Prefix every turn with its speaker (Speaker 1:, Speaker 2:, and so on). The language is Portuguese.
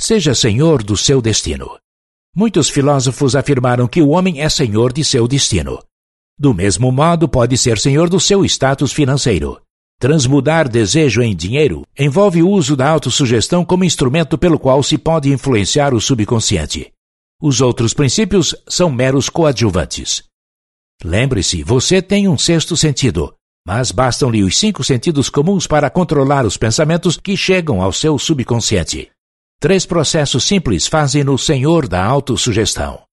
Speaker 1: Seja senhor do seu destino. Muitos filósofos afirmaram que o homem é senhor de seu destino. Do mesmo modo, pode ser senhor do seu status financeiro. Transmudar desejo em dinheiro envolve o uso da autossugestão como instrumento pelo qual se pode influenciar o subconsciente. Os outros princípios são meros coadjuvantes. Lembre-se, você tem um sexto sentido, mas bastam-lhe os 5 sentidos comuns para controlar os pensamentos que chegam ao seu subconsciente. 3 processos simples fazem-no senhor da autossugestão.